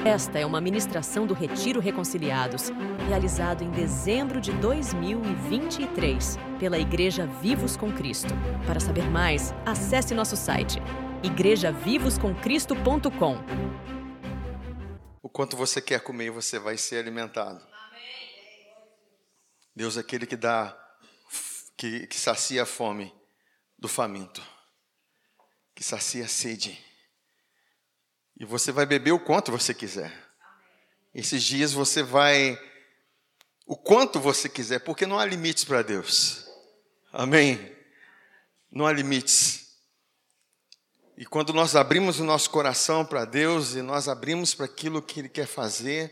Esta é uma ministração do Retiro Reconciliados, realizado em dezembro de 2023, pela Igreja Vivos com Cristo. Para saber mais, acesse nosso site, igrejavivoscomcristo.com. O quanto você quer comer, você vai ser alimentado. Deus é aquele que dá, que sacia a fome do faminto, que sacia a sede. E você vai beber o quanto você quiser. Esses dias você vai o quanto você quiser, porque não há limites para Deus. Amém? Não há limites. E quando nós abrimos o nosso coração para Deus, e nós abrimos para aquilo que Ele quer fazer,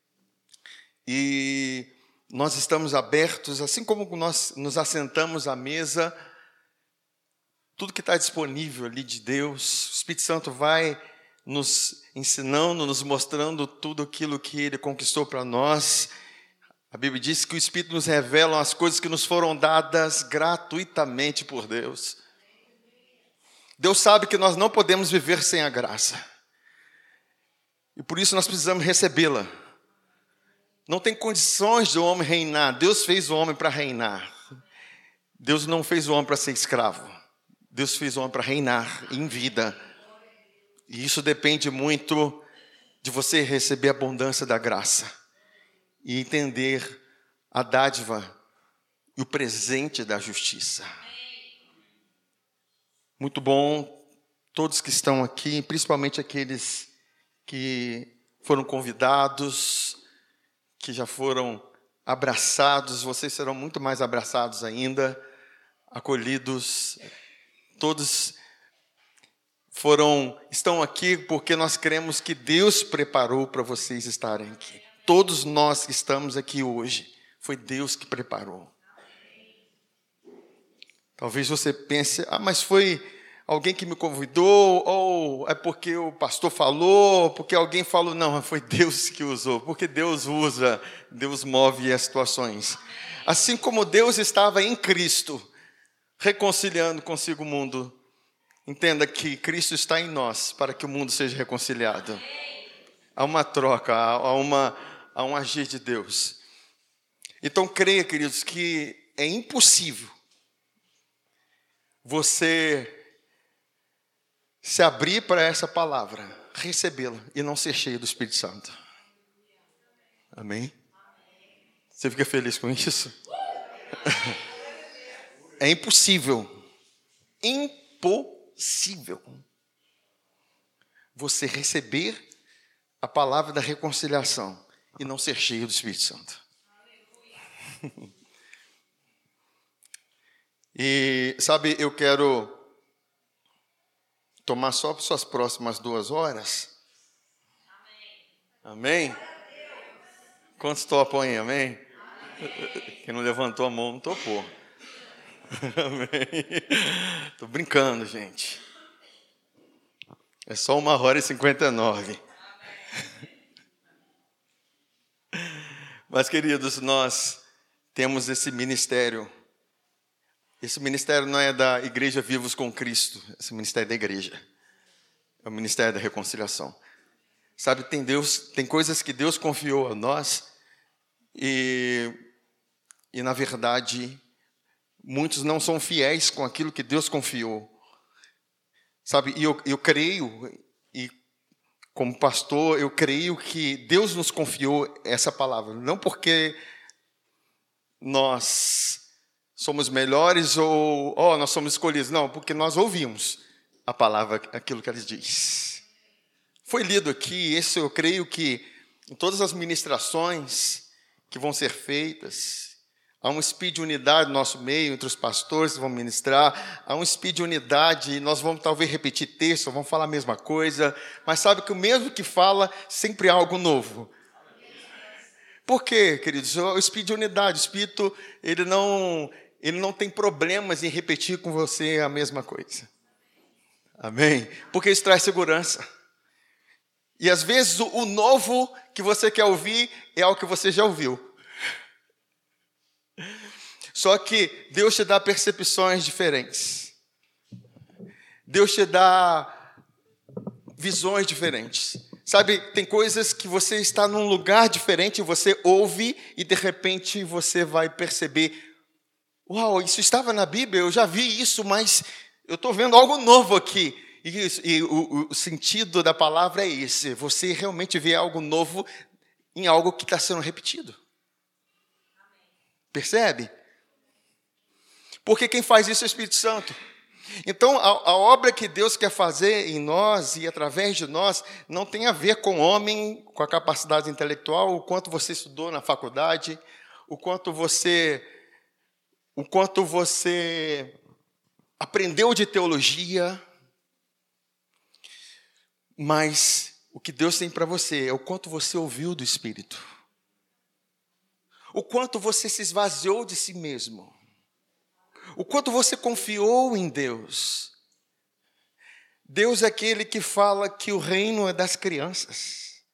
e nós estamos abertos, assim como nós nos assentamos à mesa, tudo que está disponível ali de Deus, o Espírito Santo vai nos ensinando, nos mostrando tudo aquilo que Ele conquistou para nós. A Bíblia diz que o Espírito nos revela as coisas que nos foram dadas gratuitamente por Deus. Deus sabe que nós não podemos viver sem a graça. E por isso nós precisamos recebê-la. Não tem condições do homem reinar. Deus fez o homem para reinar. Deus não fez o homem para ser escravo. Deus fez o homem para reinar em vida. E isso depende muito de você receber a abundância da graça e entender a dádiva e o presente da justiça. Muito bom, todos que estão aqui, principalmente aqueles que foram convidados, que já foram abraçados, vocês serão muito mais abraçados ainda, acolhidos. Todos estão aqui porque nós cremos que Deus preparou para vocês estarem aqui. Todos nós que estamos aqui hoje, foi Deus que preparou. Talvez você pense, mas foi alguém que me convidou, ou é porque o pastor falou, porque alguém falou. Não, foi Deus que usou, porque Deus usa, Deus move as situações. Assim como Deus estava em Cristo, reconciliando consigo o mundo, entenda que Cristo está em nós para que o mundo seja reconciliado. Há uma troca, há um agir de Deus. Então creia, queridos, que é impossível você se abrir para essa palavra, recebê-la e não ser cheio do Espírito Santo. Amém? Você fica feliz com isso? É impossível. Impossível você receber a palavra da reconciliação e não ser cheio do Espírito Santo. E sabe, eu quero tomar só suas próximas 2 horas. Amém? Quantos topam aí? Amém? Quem não levantou a mão não topou. Amém? Estou brincando, gente. É só 1h59. Mas, queridos, nós temos esse ministério. Esse ministério não é da Igreja Vivos com Cristo. Esse ministério é da igreja. É o ministério da reconciliação. Sabe, tem coisas que Deus confiou a nós e na verdade, muitos não são fiéis com aquilo que Deus confiou. Sabe, e eu creio, e como pastor, eu creio que Deus nos confiou essa palavra. Não porque nós somos melhores ou nós somos escolhidos. Não, porque nós ouvimos a palavra, aquilo que ela diz. Foi lido aqui, isso eu creio que em todas as ministrações que vão ser feitas, há um espírito de unidade no nosso meio, entre os pastores que vão ministrar, há um espírito de unidade, nós vamos talvez repetir texto, vamos falar a mesma coisa, mas sabe que o mesmo que fala, sempre há algo novo. Por quê, queridos? O espírito de unidade, o espírito, ele não tem problemas em repetir com você a mesma coisa. Amém? Porque isso traz segurança. E às vezes o novo que você quer ouvir é algo que você já ouviu. Só que Deus te dá percepções diferentes. Deus te dá visões diferentes. Sabe, tem coisas que você está num lugar diferente, você ouve e de repente você vai perceber: uau, isso estava na Bíblia, eu já vi isso, mas eu estou vendo algo novo aqui. E o sentido da palavra é esse: você realmente vê algo novo em algo que está sendo repetido. Percebe? Porque quem faz isso é o Espírito Santo. Então, a obra que Deus quer fazer em nós e através de nós não tem a ver com o homem, com a capacidade intelectual, o quanto você estudou na faculdade, o quanto você aprendeu de teologia, mas o que Deus tem para você é o quanto você ouviu do Espírito, o quanto você se esvaziou de si mesmo, o quanto você confiou em Deus. Deus é aquele que fala que o reino é das crianças.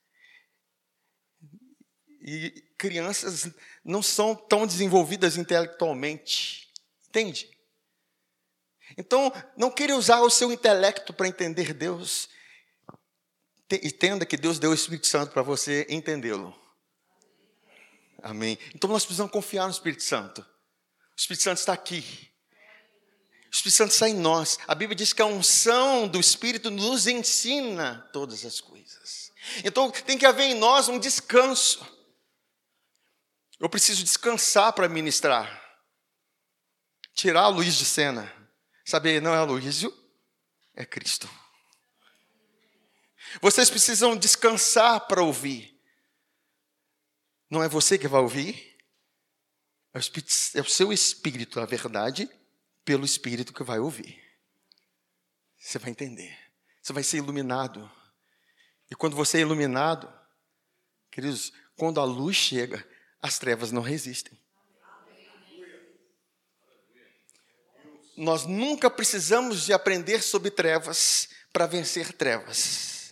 E crianças não são tão desenvolvidas intelectualmente. Entende? Então, não queira usar o seu intelecto para entender Deus. Entenda que Deus deu o Espírito Santo para você entendê-lo. Amém. Então, nós precisamos confiar no Espírito Santo. O Espírito Santo está aqui. O Espírito Santo está em nós. A Bíblia diz que a unção do Espírito nos ensina todas as coisas. Então, tem que haver em nós um descanso. Eu preciso descansar para ministrar. Tirar a Luiz de cena. Saber, não é Aloísio, é Cristo. Vocês precisam descansar para ouvir. Não é você que vai ouvir. É o seu espírito, a verdade, pelo Espírito que vai ouvir. Você vai entender. Você vai ser iluminado. E quando você é iluminado, queridos, quando a luz chega, as trevas não resistem. Nós nunca precisamos de aprender sobre trevas para vencer trevas.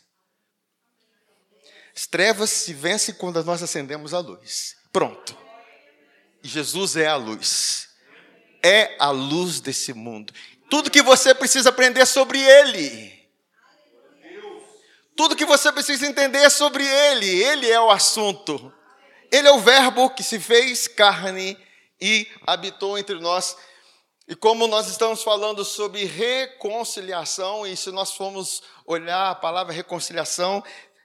As trevas se vencem quando nós acendemos a luz. Pronto. E Jesus é a luz. É a luz desse mundo. Tudo que você precisa aprender sobre Ele. Tudo que você precisa entender é sobre Ele. Ele é o assunto. Ele é o verbo que se fez carne e habitou entre nós. E como nós estamos falando sobre reconciliação, e se nós formos olhar a palavra reconciliação,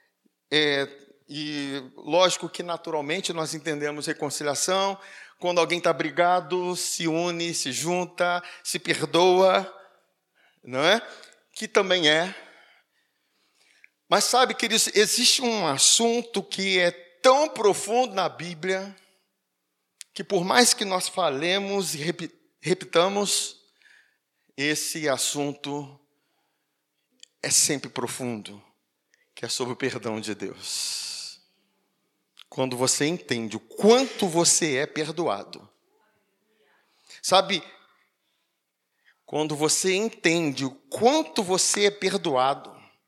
e lógico que naturalmente nós entendemos reconciliação, quando alguém está brigado, se une, se junta, se perdoa, não é? Que também é. Mas sabe, queridos, existe um assunto que é tão profundo na Bíblia, que por mais que nós falemos e repitamos, esse assunto é sempre profundo, que é sobre o perdão de Deus. Quando você entende o quanto você é perdoado. Sabe, quando você entende o quanto você é perdoado,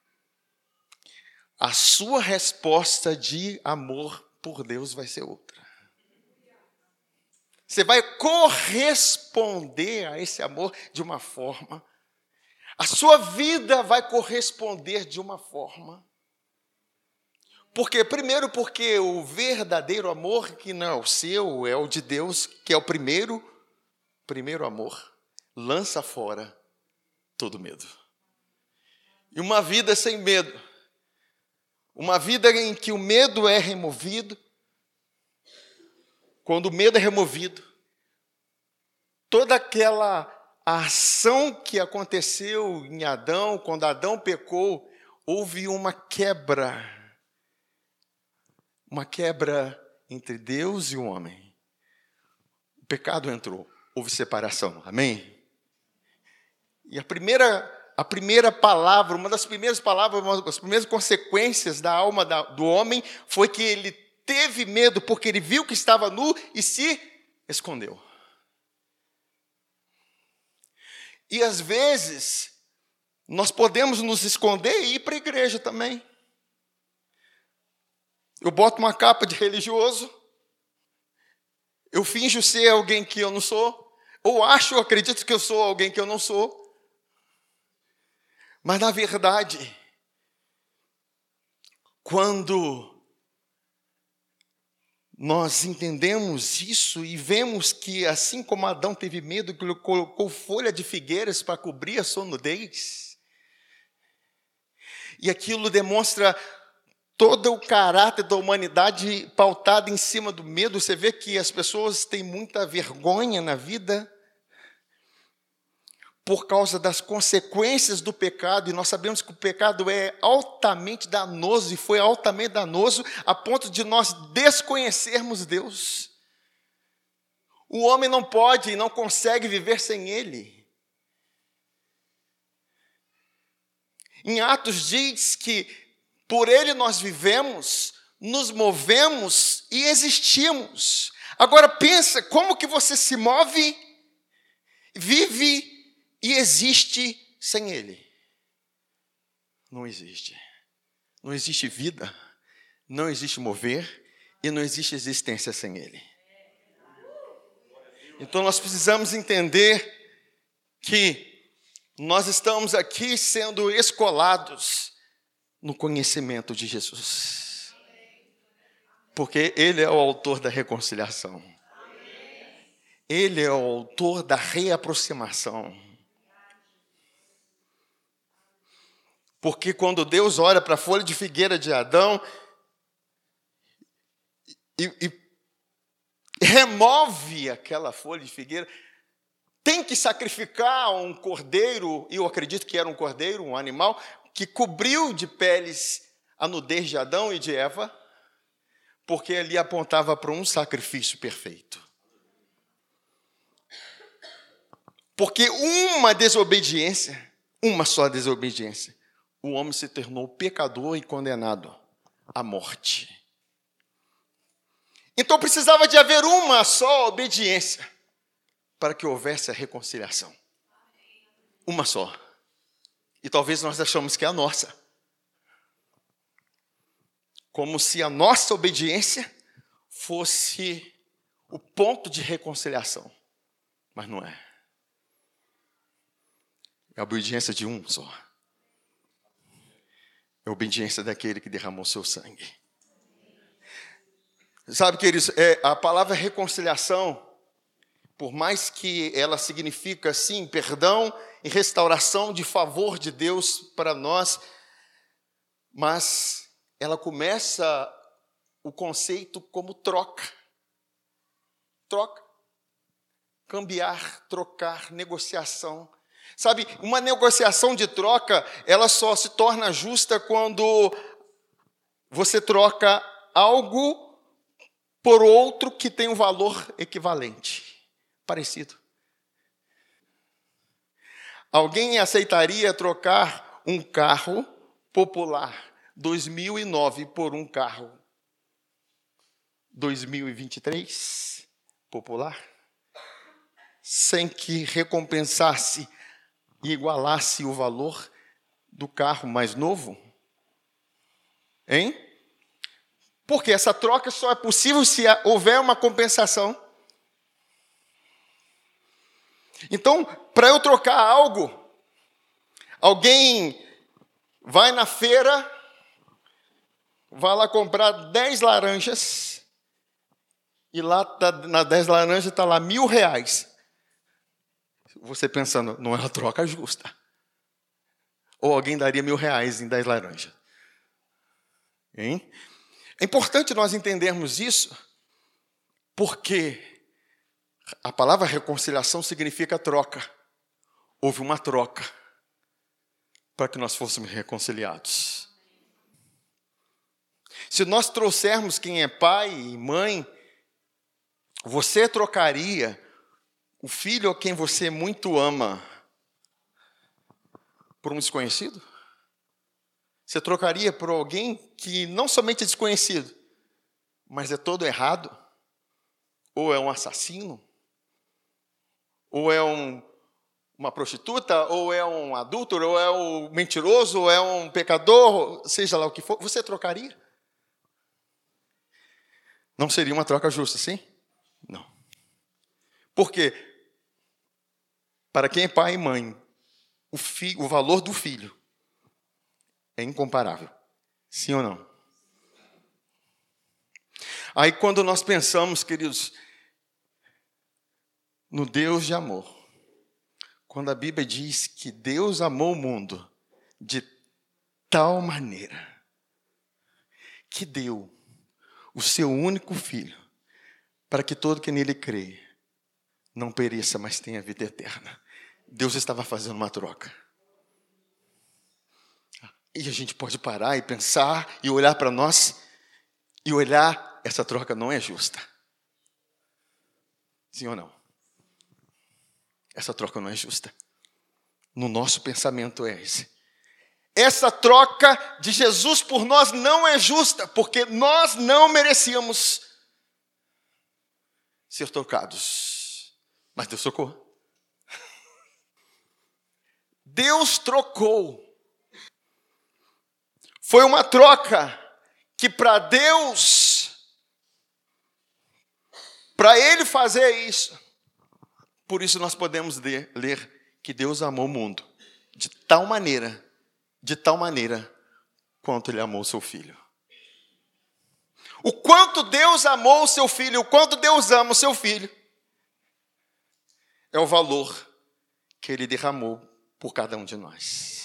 a sua resposta de amor por Deus vai ser outra. Você vai corresponder a esse amor de uma forma. A sua vida vai corresponder de uma forma. Primeiro porque o verdadeiro amor, que não é o seu, é o de Deus, que é o primeiro amor, lança fora todo medo. E uma vida sem medo, uma vida em que o medo é removido, quando o medo é removido, toda aquela ação que aconteceu em Adão, quando Adão pecou, houve uma quebra entre Deus e o homem. O pecado entrou, houve separação, amém? E a primeira palavra, uma das primeiras palavras, uma das primeiras consequências da alma do homem foi que ele teve medo porque ele viu que estava nu e se escondeu. E às vezes, nós podemos nos esconder e ir para a igreja também. Eu boto uma capa de religioso, eu finjo ser alguém que eu não sou, ou acredito que eu sou alguém que eu não sou. Mas, na verdade, Quando nós entendemos isso e vemos que, assim como Adão teve medo, que ele colocou folha de figueiras para cobrir a sua nudez, e aquilo demonstra todo o caráter da humanidade pautado em cima do medo. Você vê que as pessoas têm muita vergonha na vida por causa das consequências do pecado, e nós sabemos que o pecado é altamente danoso, e foi altamente danoso a ponto de nós desconhecermos Deus. O homem não pode e não consegue viver sem Ele. Em Atos diz que por Ele nós vivemos, nos movemos e existimos. Agora pensa, como que você se move, vive e existe sem Ele? Não existe. Não existe vida, não existe mover e não existe existência sem Ele. Então nós precisamos entender que nós estamos aqui sendo escolados no conhecimento de Jesus. Porque Ele é o autor da reconciliação. Ele é o autor da reaproximação. Porque quando Deus olha para a folha de figueira de Adão e remove aquela folha de figueira, tem que sacrificar um cordeiro, e eu acredito que era um cordeiro, um animal, que cobriu de peles a nudez de Adão e de Eva, porque ali apontava para um sacrifício perfeito. Porque uma desobediência, uma só desobediência, o homem se tornou pecador e condenado à morte. Então precisava de haver uma só obediência para que houvesse a reconciliação. Uma só. E talvez nós achamos que é a nossa. Como se a nossa obediência fosse o ponto de reconciliação. Mas não é. É a obediência de um só. É a obediência daquele que derramou seu sangue. Sabe, queridos, a palavra reconciliação, por mais que ela significa, sim, perdão e restauração de favor de Deus para nós, mas ela começa o conceito como troca. Troca. Cambiar, trocar, negociação. Sabe, uma negociação de troca, ela só se torna justa quando você troca algo por outro que tem um valor equivalente, parecido. Alguém aceitaria trocar um carro popular 2009 por um carro 2023 popular? Sem que recompensasse e igualasse o valor do carro mais novo? Hein? Porque essa troca só é possível se houver uma compensação. Então, para eu trocar algo, alguém vai na feira, vai lá comprar 10 laranjas, e lá na 10 laranjas está lá R$1.000. Você pensando, não é uma troca justa. Ou alguém daria R$1.000 em 10 laranjas. Hein? É importante nós entendermos isso, porque a palavra reconciliação significa troca. Houve uma troca para que nós fôssemos reconciliados. Se nós trouxermos quem é pai e mãe, você trocaria o filho a quem você muito ama por um desconhecido? Você trocaria por alguém que não somente é desconhecido, mas é todo errado? Ou é um assassino? Ou é uma prostituta? Ou é um adúltero? Ou é um mentiroso? Ou é um pecador? Seja lá o que for, você trocaria? Não seria uma troca justa, sim? Não. Por quê? Para quem é pai e mãe, o valor do filho é incomparável. Sim ou não? Aí quando nós pensamos, queridos, no Deus de amor, quando a Bíblia diz que Deus amou o mundo de tal maneira que deu o seu único filho, para que todo que nele crê não pereça, mas tenha vida eterna. Deus estava fazendo uma troca. E a gente pode parar e pensar e olhar para nós e olhar, essa troca não é justa. Sim ou não? Essa troca não é justa. No nosso pensamento é esse. Essa troca de Jesus por nós não é justa, porque nós não merecíamos ser trocados. Mas Deus trocou. Deus trocou. Foi uma troca que para Deus, para Ele fazer isso, por isso nós podemos ler que Deus amou o mundo de tal maneira quanto Ele amou o seu Filho. O quanto Deus amou o seu Filho, o quanto Deus ama o seu Filho, é o valor que Ele derramou por cada um de nós.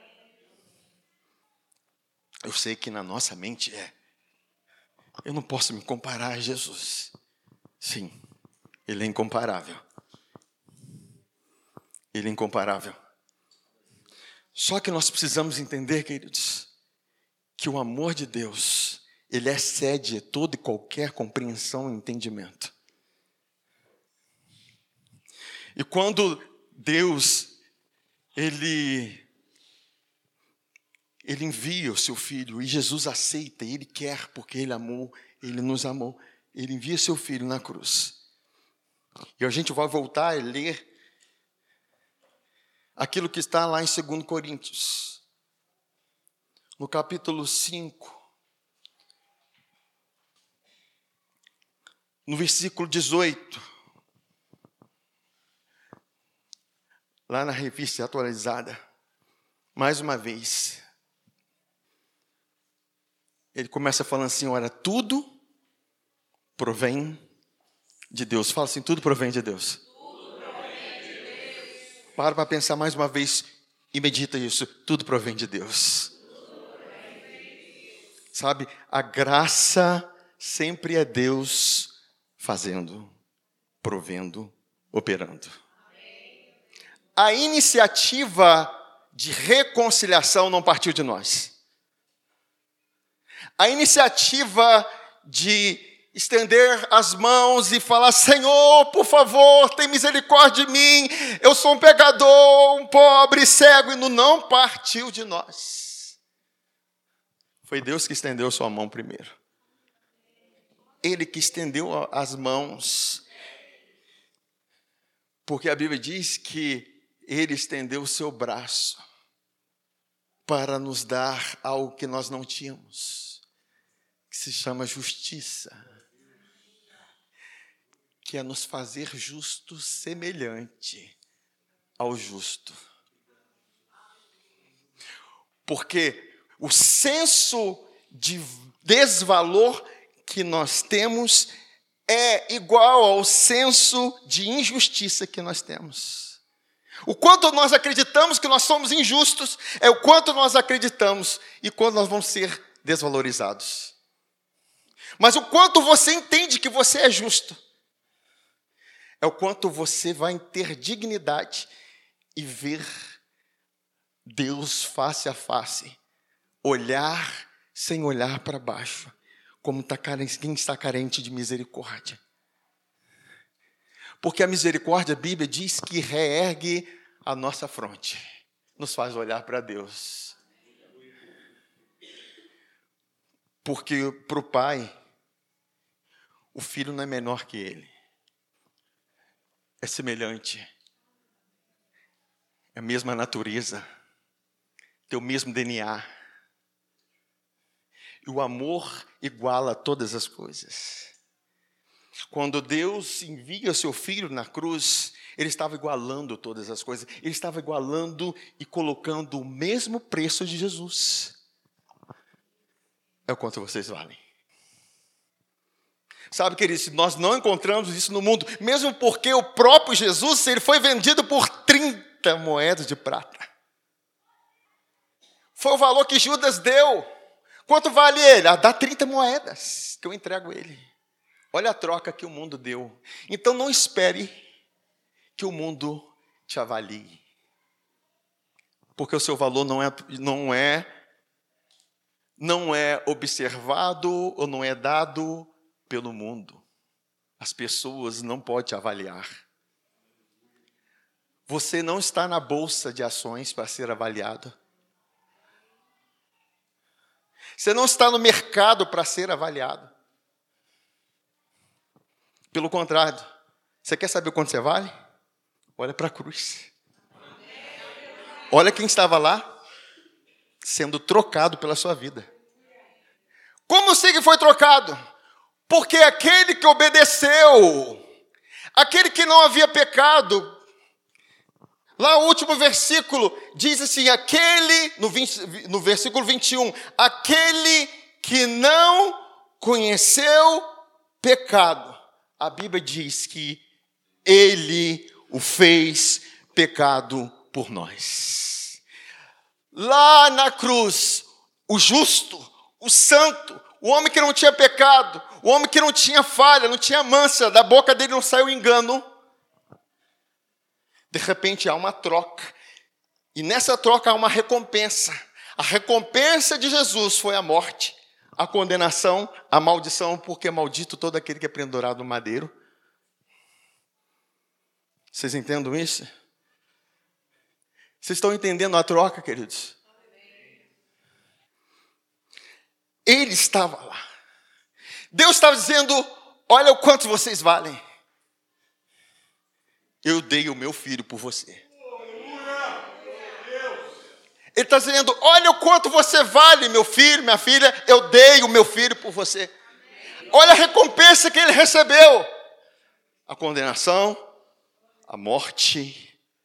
Eu sei que na nossa mente eu não posso me comparar a Jesus. Sim, Ele é incomparável. Ele é incomparável. Só que nós precisamos entender, queridos, que o amor de Deus, ele excede toda e qualquer compreensão e entendimento. E quando Deus, Ele envia o seu Filho, e Jesus aceita, e Ele quer, porque Ele amou, Ele nos amou. Ele envia seu Filho na cruz. E a gente vai voltar a ler aquilo que está lá em 2 Coríntios, no capítulo 5, no versículo 18, lá na revista atualizada, mais uma vez, ele começa falando assim, olha, tudo provém de Deus. Fala assim, tudo provém de Deus. Tudo provém de Deus. Para pensar mais uma vez e medita isso. Tudo provém de Deus. Sabe, a graça sempre é Deus fazendo, provendo, operando. A iniciativa de reconciliação não partiu de nós. A iniciativa de estender as mãos e falar, Senhor, por favor, tem misericórdia de mim, eu sou um pecador, um pobre, cego, e não partiu de nós. Foi Deus que estendeu sua mão primeiro. Ele que estendeu as mãos, porque a Bíblia diz que Ele estendeu o seu braço para nos dar algo que nós não tínhamos, que se chama justiça, que é nos fazer justo semelhante ao justo. Porque o senso de desvalor que nós temos é igual ao senso de injustiça que nós temos. O quanto nós acreditamos que nós somos injustos é o quanto nós acreditamos e quando nós vamos ser desvalorizados. Mas o quanto você entende que você é justo é o quanto você vai ter dignidade e ver Deus face a face, olhar sem olhar para baixo, como quem está carente de misericórdia. Porque a misericórdia, a Bíblia diz que reergue a nossa fronte, nos faz olhar para Deus. Porque para o Pai, o Filho não é menor que Ele. É semelhante. É a mesma natureza. Tem o mesmo DNA. E o amor iguala todas as coisas. Quando Deus envia o seu Filho na cruz, Ele estava igualando todas as coisas. Ele estava igualando e colocando o mesmo preço de Jesus. É o quanto vocês valem. Sabe, queridos, nós não encontramos isso no mundo, mesmo porque o próprio Jesus, ele foi vendido por 30 moedas de prata. Foi o valor que Judas deu. Quanto vale ele? Dá 30 moedas que eu entrego ele. Olha a troca que o mundo deu. Então não espere que o mundo te avalie. Porque o seu valor não é observado ou não é dado pelo mundo. As pessoas não podem te avaliar. Você não está na bolsa de ações para ser avaliado. Você não está no mercado para ser avaliado. Pelo contrário, você quer saber quanto você vale? Olha para a cruz. Olha quem estava lá, sendo trocado pela sua vida. Como assim que foi trocado? Porque aquele que obedeceu, aquele que não havia pecado, lá o último versículo diz assim, no versículo 21, aquele que não conheceu pecado, a Bíblia diz que ele o fez pecado por nós. Lá na cruz, o justo, o santo, o homem que não tinha pecado, o homem que não tinha falha, não tinha mancha, da boca dele não saiu engano. De repente há uma troca, e nessa troca há uma recompensa. A recompensa de Jesus foi a morte, a condenação, a maldição, porque maldito todo aquele que é pendurado no madeiro. Vocês entendem isso? Vocês estão entendendo a troca, queridos? Ele estava lá. Deus estava dizendo, olha o quanto vocês valem. Eu dei o meu filho por você. Ele está dizendo, olha o quanto você vale, meu filho, minha filha, eu dei o meu filho por você. Olha a recompensa que ele recebeu. A condenação, a morte,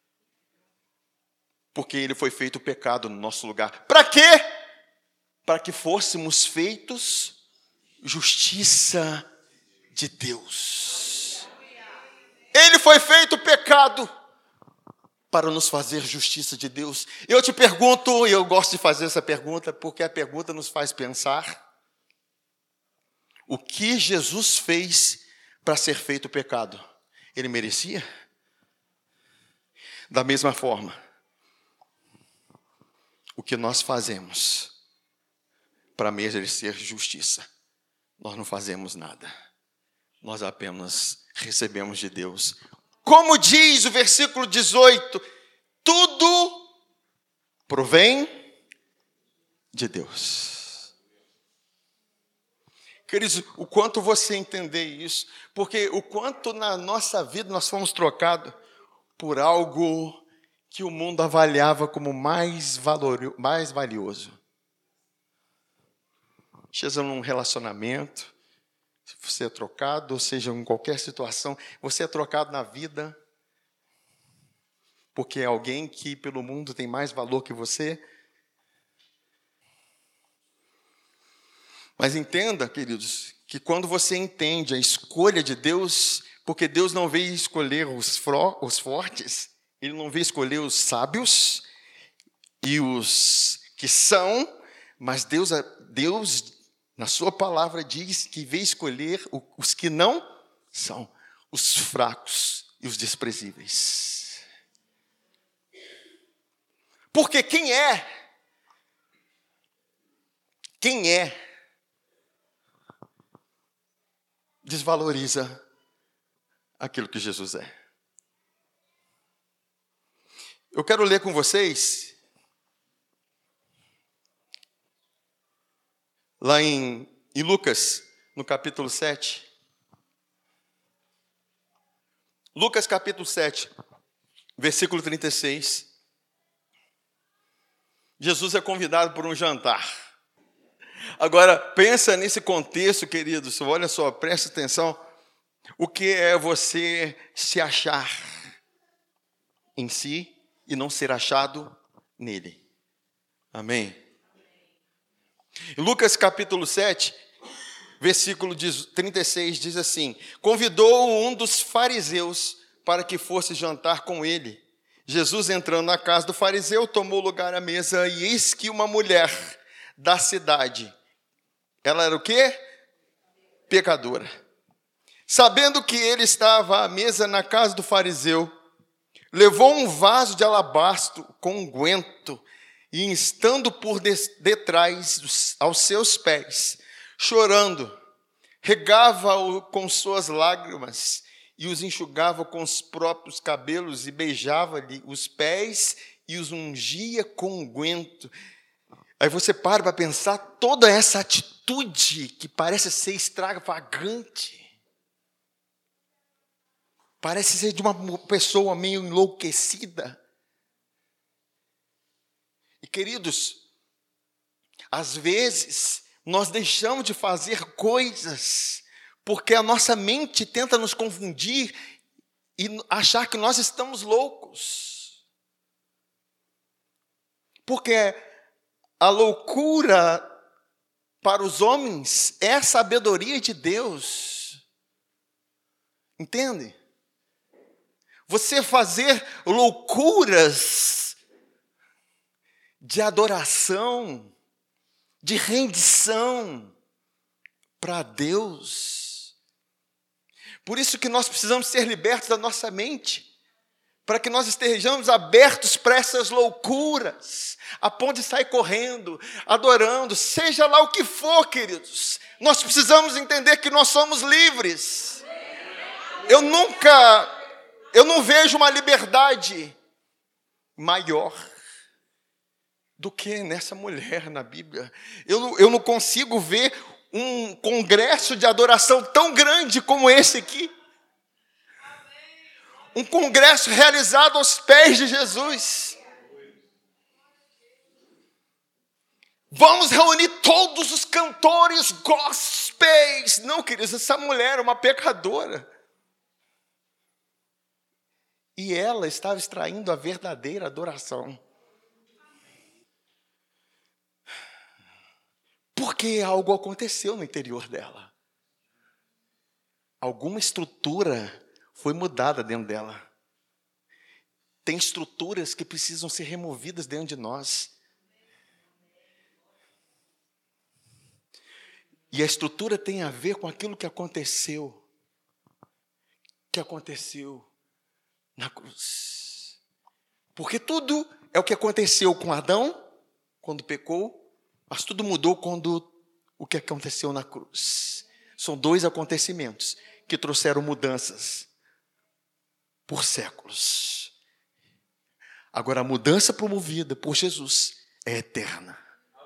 porque ele foi feito pecado no nosso lugar. Para quê? Para que fôssemos feitos justiça de Deus. Ele foi feito pecado para nos fazer justiça de Deus. Eu te pergunto, e eu gosto de fazer essa pergunta, porque a pergunta nos faz pensar, o que Jesus fez para ser feito pecado? Ele merecia? Da mesma forma, o que nós fazemos para merecer justiça, nós não fazemos nada. Nós apenas recebemos de Deus. Como diz o versículo 18, tudo provém de Deus. Queridos, o quanto você entender isso, porque o quanto na nossa vida nós fomos trocados por algo que o mundo avaliava como mais valioso. Seja num relacionamento, se você é trocado, ou seja, em qualquer situação, você é trocado na vida, porque é alguém que pelo mundo tem mais valor que você. Mas entenda, queridos, que quando você entende a escolha de Deus, porque Deus não veio escolher os fortes, Ele não veio escolher os sábios e os que são, mas Deus na sua palavra diz que veio escolher os que não são, os fracos e os desprezíveis. Porque quem é desvaloriza aquilo que Jesus é. Eu quero ler com vocês lá em Lucas, no capítulo 7. Lucas capítulo 7, versículo 36. Jesus é convidado por um jantar. Agora, pensa nesse contexto, queridos. Olha só, presta atenção. O que é você se achar em si e não ser achado nele? Amém? Lucas capítulo 7, Versículo 36 diz assim: convidou um dos fariseus para que fosse jantar com ele. Jesus, entrando na casa do fariseu, tomou lugar à mesa, e eis que uma mulher da cidade, ela era o quê? Pecadora. Sabendo que ele estava à mesa na casa do fariseu, levou um vaso de alabastro com unguento, e estando por detrás aos seus pés, chorando, regava-o com suas lágrimas e os enxugava com os próprios cabelos e beijava-lhe os pés e os ungia com unguento. Aí você para pensar toda essa atitude que parece ser extravagante. Parece ser de uma pessoa meio enlouquecida. E queridos, às vezes nós deixamos de fazer coisas porque a nossa mente tenta nos confundir e achar que nós estamos loucos. Porque a loucura para os homens é a sabedoria de Deus. Entende? Você fazer loucuras de adoração, de rendição para Deus. Por isso que nós precisamos ser libertos da nossa mente, para que nós estejamos abertos para essas loucuras, a ponto de sair correndo, adorando, seja lá o que for, queridos. Nós precisamos entender que nós somos livres. Eu não vejo uma liberdade maior do que nessa mulher na Bíblia. Eu não consigo ver um congresso de adoração tão grande como esse aqui. Um congresso realizado aos pés de Jesus. Vamos reunir todos os cantores gospels. Não, queridos, essa mulher é uma pecadora. E ela estava extraindo a verdadeira adoração. Porque algo aconteceu no interior dela. Alguma estrutura foi mudada dentro dela. Tem estruturas que precisam ser removidas dentro de nós. E a estrutura tem a ver com aquilo que aconteceu. Na cruz. Porque tudo é o que aconteceu com Adão, quando pecou, mas tudo mudou quando o que aconteceu na cruz. São dois acontecimentos que trouxeram mudanças por séculos. Agora, a mudança promovida por Jesus é eterna.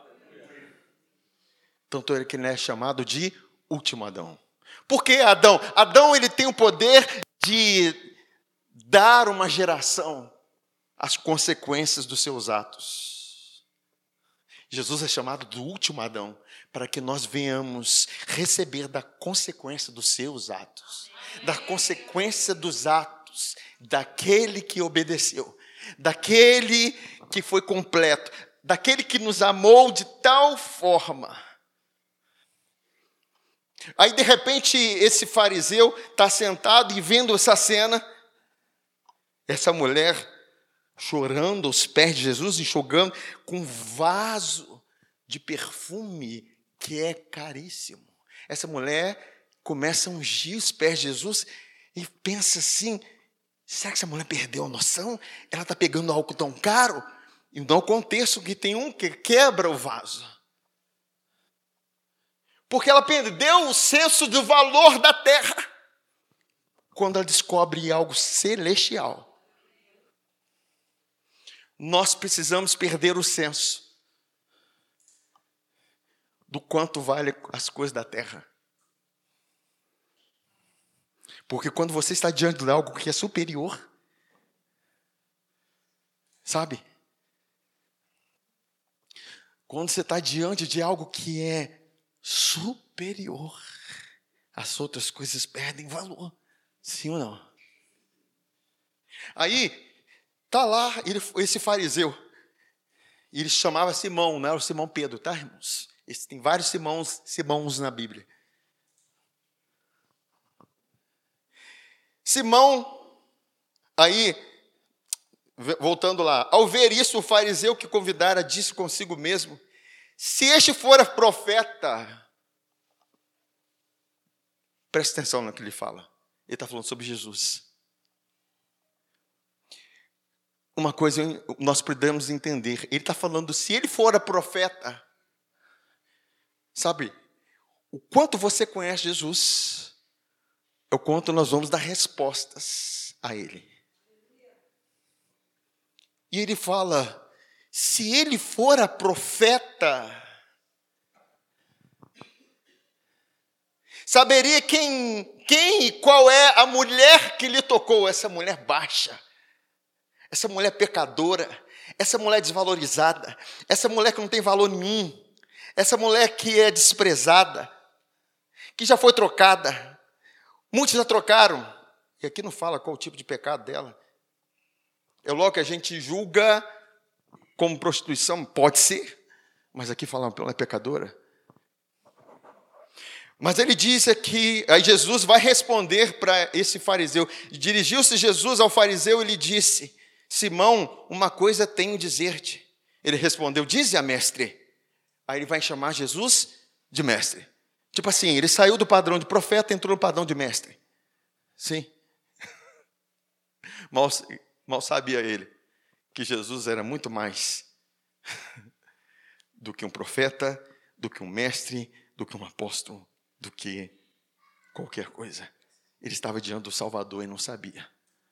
Tanto é que ele é chamado de último Adão. Por que Adão? Adão, ele tem o poder de dar uma geração as consequências dos seus atos. Jesus é chamado do último Adão, para que nós venhamos receber da consequência dos seus atos, da consequência dos atos daquele que obedeceu, daquele que foi completo, daquele que nos amou de tal forma. Aí, de repente, esse fariseu está sentado e vendo essa cena, essa mulher chorando aos pés de Jesus, enxugando com um vaso de perfume que é caríssimo. Essa mulher começa a ungir os pés de Jesus e pensa assim, será que essa mulher perdeu a noção? Ela está pegando algo tão caro? E não o contexto que tem um que quebra o vaso. Porque ela perdeu o senso do valor da terra quando ela descobre algo celestial. Nós precisamos perder o senso do quanto vale as coisas da terra. Porque quando você está diante de algo que é superior, sabe? Quando você está diante de algo que é superior, as outras coisas perdem valor. Sim ou não? Aí, está lá esse fariseu. Ele chamava Simão, não era o Simão Pedro, tá, irmãos? Tem vários Simãos na Bíblia. Simão, aí, voltando lá, ao ver isso, o fariseu que convidara disse consigo mesmo: se este for profeta, presta atenção no que ele fala. Ele está falando sobre Jesus. Uma coisa nós podemos entender, ele está falando, se ele for profeta, sabe, o quanto você conhece Jesus, é o quanto nós vamos dar respostas a ele. E ele fala, se ele for profeta, saberia quem e qual é a mulher que lhe tocou, essa mulher baixa, essa mulher pecadora, essa mulher desvalorizada, essa mulher que não tem valor nenhum, essa mulher que é desprezada, que já foi trocada, muitos já trocaram, e aqui não fala qual o tipo de pecado dela. É logo que a gente julga como prostituição, pode ser, mas aqui fala que ela é pecadora. Mas ele diz aqui, aí Jesus vai responder para esse fariseu. Dirigiu-se Jesus ao fariseu e lhe disse: Simão, uma coisa tenho a dizer-te. Ele respondeu: dize-a, mestre. Aí ele vai chamar Jesus de mestre. Tipo assim, ele saiu do padrão de profeta e entrou no padrão de mestre. Sim. Mal sabia ele que Jesus era muito mais do que um profeta, do que um mestre, do que um apóstolo, do que qualquer coisa. Ele estava diante do Salvador e não sabia.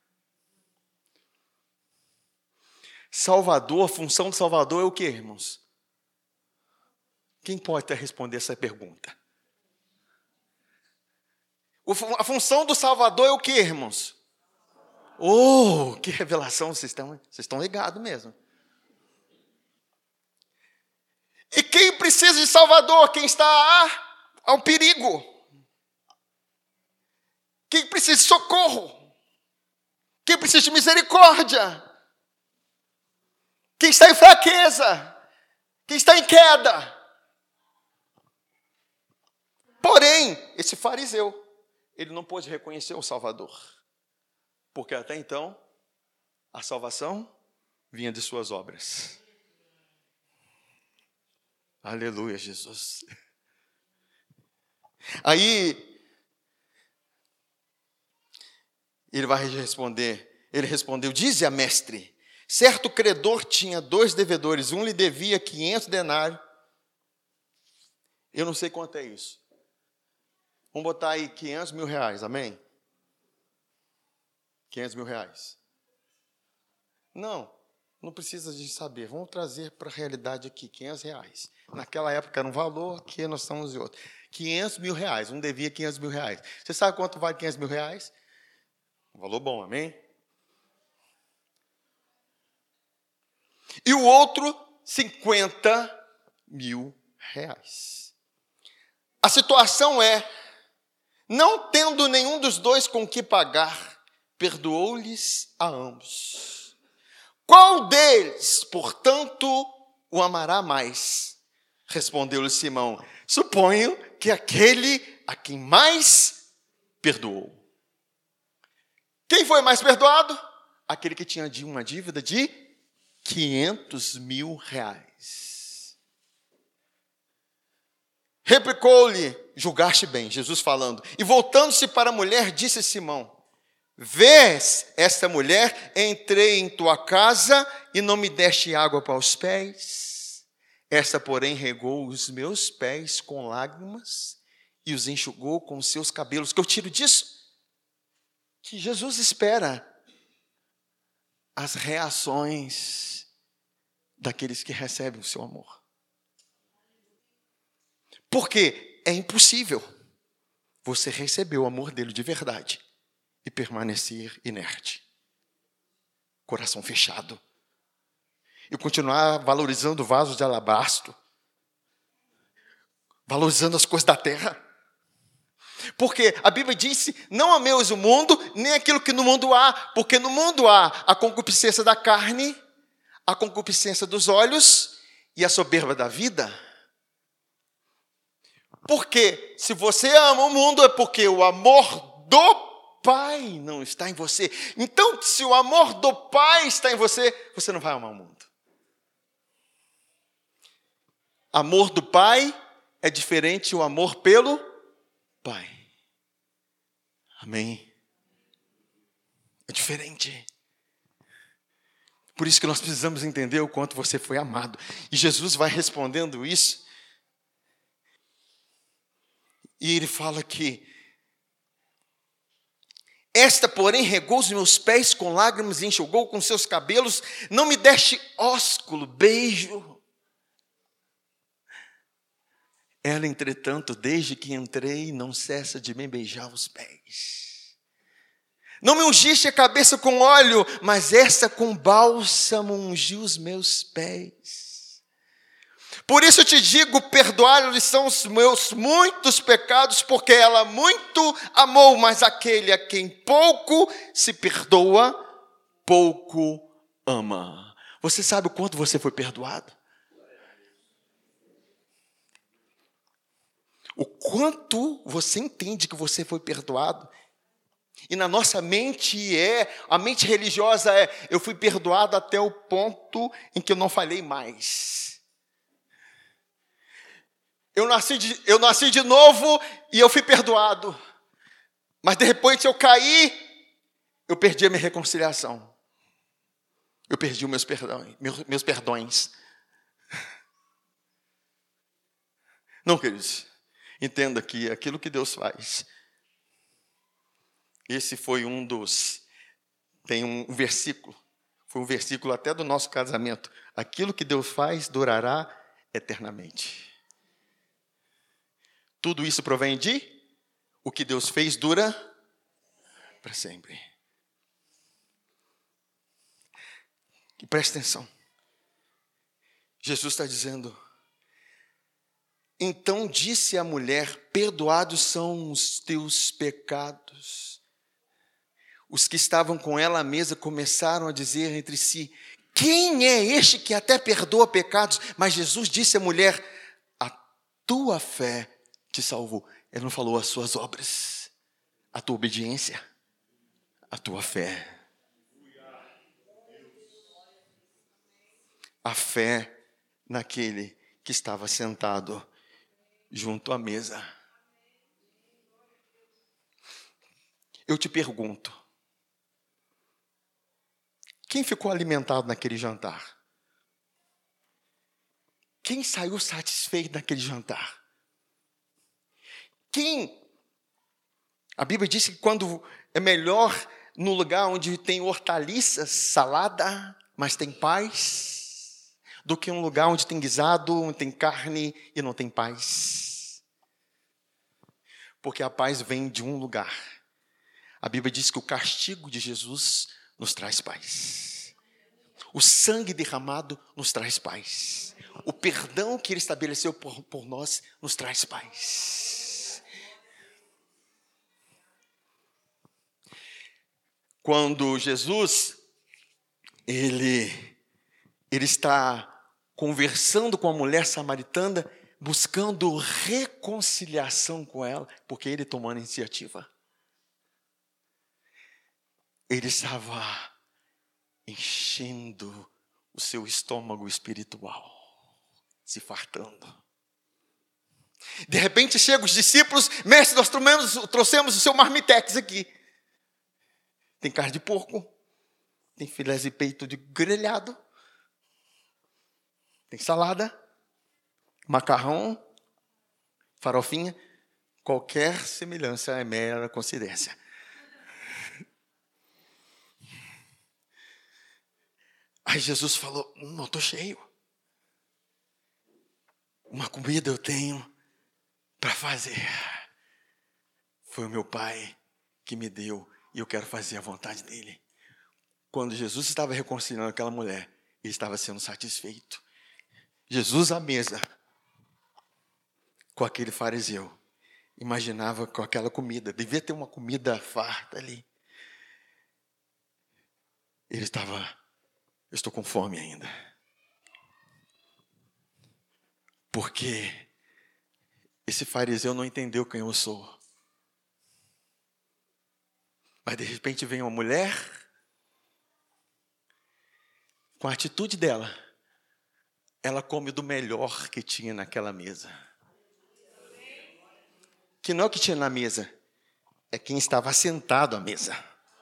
Salvador, a função do Salvador é o quê, irmãos? Quem pode até responder essa pergunta? A função do Salvador é o quê, irmãos? Oh, que revelação, vocês estão ligados mesmo. E quem precisa de Salvador? Quem está ao perigo. Quem precisa de socorro. Quem precisa de misericórdia. Quem está em fraqueza. Quem está em queda. Porém, esse fariseu, ele não pôde reconhecer o Salvador. Porque até então, a salvação vinha de suas obras. Aleluia, Jesus. Aí, ele vai responder, ele respondeu: dize a mestre, certo credor tinha 2 devedores, um lhe devia 500 denários. Eu não sei quanto é isso. Vamos botar aí 500 mil reais, amém? 500 mil reais. Não precisa de saber. Vamos trazer para a realidade aqui, 500 reais. Naquela época era um valor, aqui nós estamos em outro. 500 mil reais, um devia 500 mil reais. Você sabe quanto vale 500 mil reais? Um valor bom, amém? E o outro, 50 mil reais. A situação é, não tendo nenhum dos dois com que pagar, perdoou-lhes a ambos. Qual deles, portanto, o amará mais? Respondeu-lhe Simão: suponho que aquele a quem mais perdoou. Quem foi mais perdoado? Aquele que tinha uma dívida de 500 mil reais. Replicou-lhe: julgaste bem, Jesus falando. E voltando-se para a mulher, disse Simão: vês esta mulher? Entrei em tua casa e não me deste água para os pés. Esta, porém, regou os meus pés com lágrimas e os enxugou com os seus cabelos. O que eu tiro disso? Que Jesus espera as reações daqueles que recebem o seu amor. Porque é impossível você receber o amor dele de verdade e permanecer inerte, coração fechado, e continuar valorizando vasos de alabastro, valorizando as coisas da terra. Porque a Bíblia disse: não ameis o mundo, nem aquilo que no mundo há, porque no mundo há a concupiscência da carne, a concupiscência dos olhos e a soberba da vida. Porque se você ama o mundo, é porque o amor do Pai não está em você. Então, se o amor do Pai está em você, você não vai amar o mundo. Amor do Pai é diferente do amor pelo Pai. Amém? É diferente. Por isso que nós precisamos entender o quanto você foi amado. E Jesus vai respondendo isso. E ele fala que esta, porém, regou os meus pés com lágrimas e enxugou com seus cabelos. Não me deste ósculo, beijo. Ela, entretanto, desde que entrei, não cessa de me beijar os pés. Não me ungiste a cabeça com óleo, mas esta com bálsamo ungiu os meus pés. Por isso eu te digo, perdoar-lhes são os meus muitos pecados, porque ela muito amou, mas aquele a quem pouco se perdoa, pouco ama. Você sabe o quanto você foi perdoado? O quanto você entende que você foi perdoado? E na nossa mente a mente religiosa eu fui perdoado até o ponto em que eu não falhei mais. Eu nasci de novo e eu fui perdoado. Mas de repente eu caí, eu perdi a minha reconciliação. Eu perdi os meus perdões. Não, queridos, entenda que aquilo que Deus faz, esse foi tem um versículo, foi um versículo até do nosso casamento. Aquilo que Deus faz durará eternamente. Tudo isso provém de o que Deus fez dura para sempre. E presta atenção. Jesus está dizendo: então disse a mulher, perdoados são os teus pecados. Os que estavam com ela à mesa começaram a dizer entre si: quem é este que até perdoa pecados? Mas Jesus disse à mulher: a tua fé te salvou. Ele não falou as suas obras, a tua obediência, a tua fé. A fé naquele que estava sentado junto à mesa. Eu te pergunto, quem ficou alimentado naquele jantar? Quem saiu satisfeito naquele jantar? A Bíblia diz que quando é melhor no lugar onde tem hortaliças, salada, mas tem paz, do que um lugar onde tem guisado, onde tem carne e não tem paz. Porque a paz vem de um lugar. A Bíblia diz que o castigo de Jesus nos traz paz. O sangue derramado nos traz paz. O perdão que Ele estabeleceu por nós nos traz paz. Quando Jesus, ele está conversando com a mulher samaritana, buscando reconciliação com ela, porque ele tomou a iniciativa. Ele estava enchendo o seu estômago espiritual, se fartando. De repente chegam os discípulos: mestre, nós trouxemos o seu marmitex aqui. Tem carne de porco, tem filé de peito de grelhado, tem salada, macarrão, farofinha. Qualquer semelhança é mera coincidência. Aí Jesus falou: não, estou cheio. Uma comida eu tenho para fazer. Foi o meu Pai que me deu e eu quero fazer a vontade dele. Quando Jesus estava reconciliando aquela mulher, ele estava sendo satisfeito. Jesus à mesa com aquele fariseu, imaginava com aquela comida, devia ter uma comida farta ali. Ele estava: eu estou com fome ainda. Porque esse fariseu não entendeu quem eu sou. Mas de repente vem uma mulher, com a atitude dela, ela come do melhor que tinha naquela mesa. Que não é o que tinha na mesa, é quem estava sentado à mesa.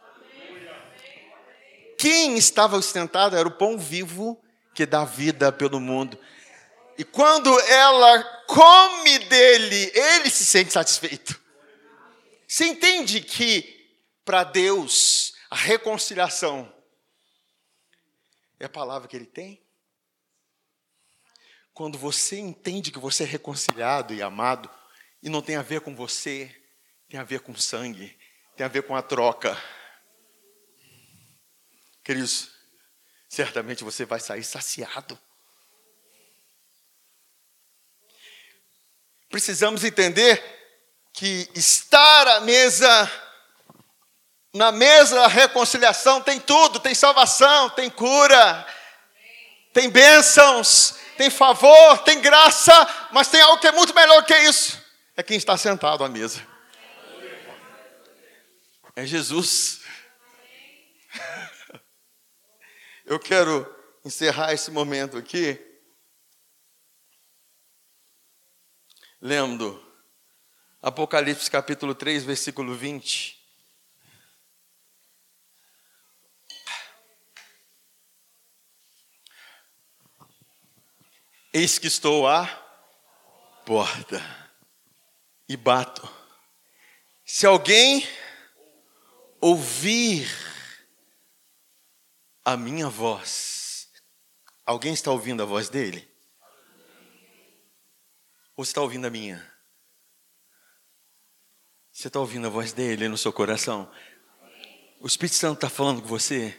Quem estava sentado era o pão vivo que dá vida pelo mundo. E quando ela come dele, ele se sente satisfeito. Você entende que para Deus a reconciliação é a palavra que ele tem? Quando você entende que você é reconciliado e amado, e não tem a ver com você, tem a ver com sangue, tem a ver com a troca. Queridos, certamente você vai sair saciado. Precisamos entender que estar à mesa, na mesa da reconciliação, tem tudo, tem salvação, tem cura, tem bênçãos, tem favor, tem graça, mas tem algo que é muito melhor que isso. É quem está sentado à mesa. É Jesus. Eu quero encerrar esse momento aqui lendo Apocalipse capítulo 3, versículo 20. Eis que estou à porta e bato. Se alguém ouvir a minha voz, alguém está ouvindo a voz dele? Ou está ouvindo a minha? Você está ouvindo a voz dele no seu coração? O Espírito Santo está falando com você?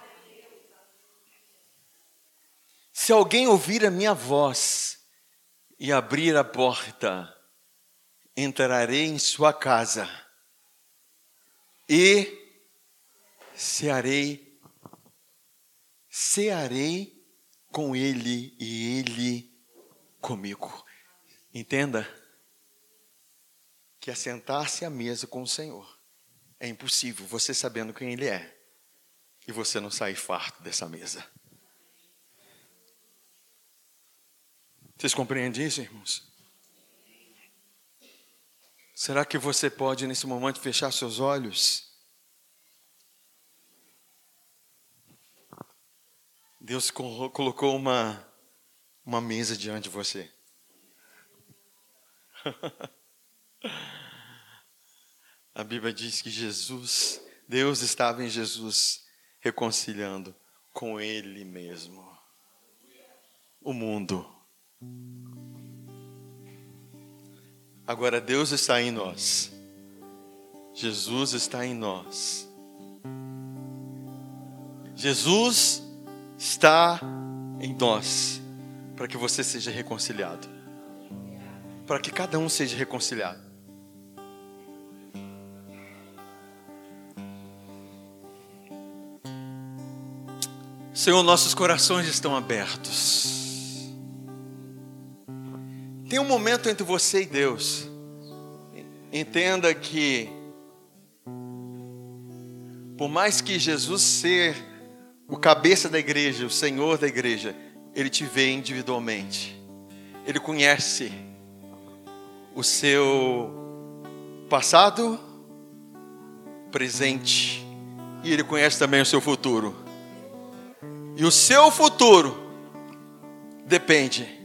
Se alguém ouvir a minha voz e abrir a porta, entrarei em sua casa e cearei com ele e ele comigo. Entenda que assentar-se à mesa com o Senhor é impossível, você sabendo quem ele é, e você não sair farto dessa mesa. Vocês compreendem isso, irmãos? Será que você pode, nesse momento, fechar seus olhos? Deus colocou uma mesa diante de você. A Bíblia diz que Deus estava em Jesus, reconciliando com Ele mesmo o mundo. Agora Deus está em nós. Jesus está em nós. Jesus está em nós para que você seja reconciliado. Para que cada um seja reconciliado. Senhor, nossos corações estão abertos. Tem um momento entre você e Deus. Entenda que, por mais que Jesus ser o cabeça da igreja, o Senhor da igreja, Ele te vê individualmente. Ele conhece o seu passado, presente, e Ele conhece também o seu futuro. E o seu futuro depende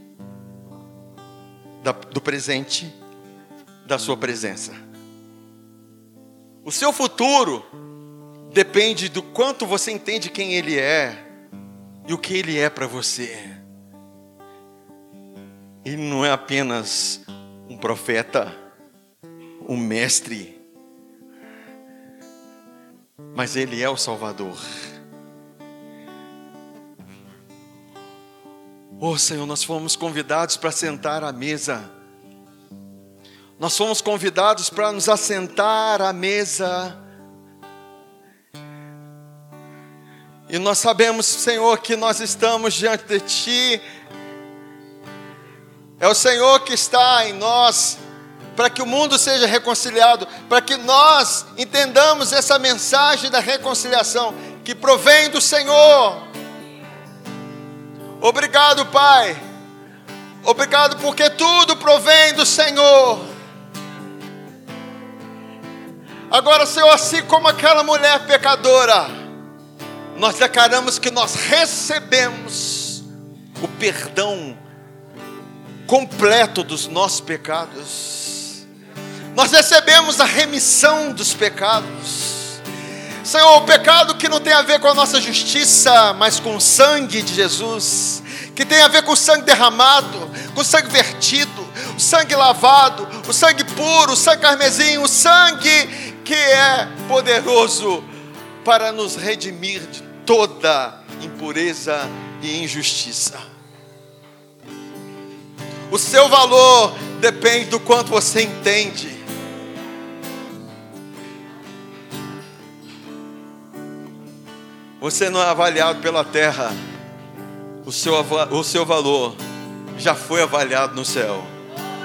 do presente, da sua presença. O seu futuro depende do quanto você entende quem Ele é e o que Ele é para você. Ele não é apenas um profeta, um mestre, mas Ele é o Salvador. Oh Senhor, nós fomos convidados para sentar à mesa. Nós fomos convidados para nos assentar à mesa. E nós sabemos, Senhor, que nós estamos diante de Ti. É o Senhor que está em nós. para que o mundo seja reconciliado, para que nós entendamos essa mensagem da reconciliação que provém do Senhor. Obrigado, Pai. Obrigado porque tudo provém do Senhor. Agora, Senhor, assim como aquela mulher pecadora, nós declaramos que nós recebemos o perdão completo dos nossos pecados. Nós recebemos a remissão dos pecados. Senhor, o pecado que não tem a ver com a nossa justiça, mas com o sangue de Jesus, que tem a ver com o sangue derramado, com o sangue vertido, o sangue lavado, o sangue puro, o sangue carmesim, o sangue que é poderoso para nos redimir de toda impureza e injustiça. O seu valor depende do quanto você entende. Você não é avaliado pela terra. O seu valor já foi avaliado no céu.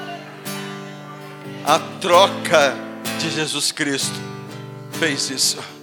A troca de Jesus Cristo fez isso.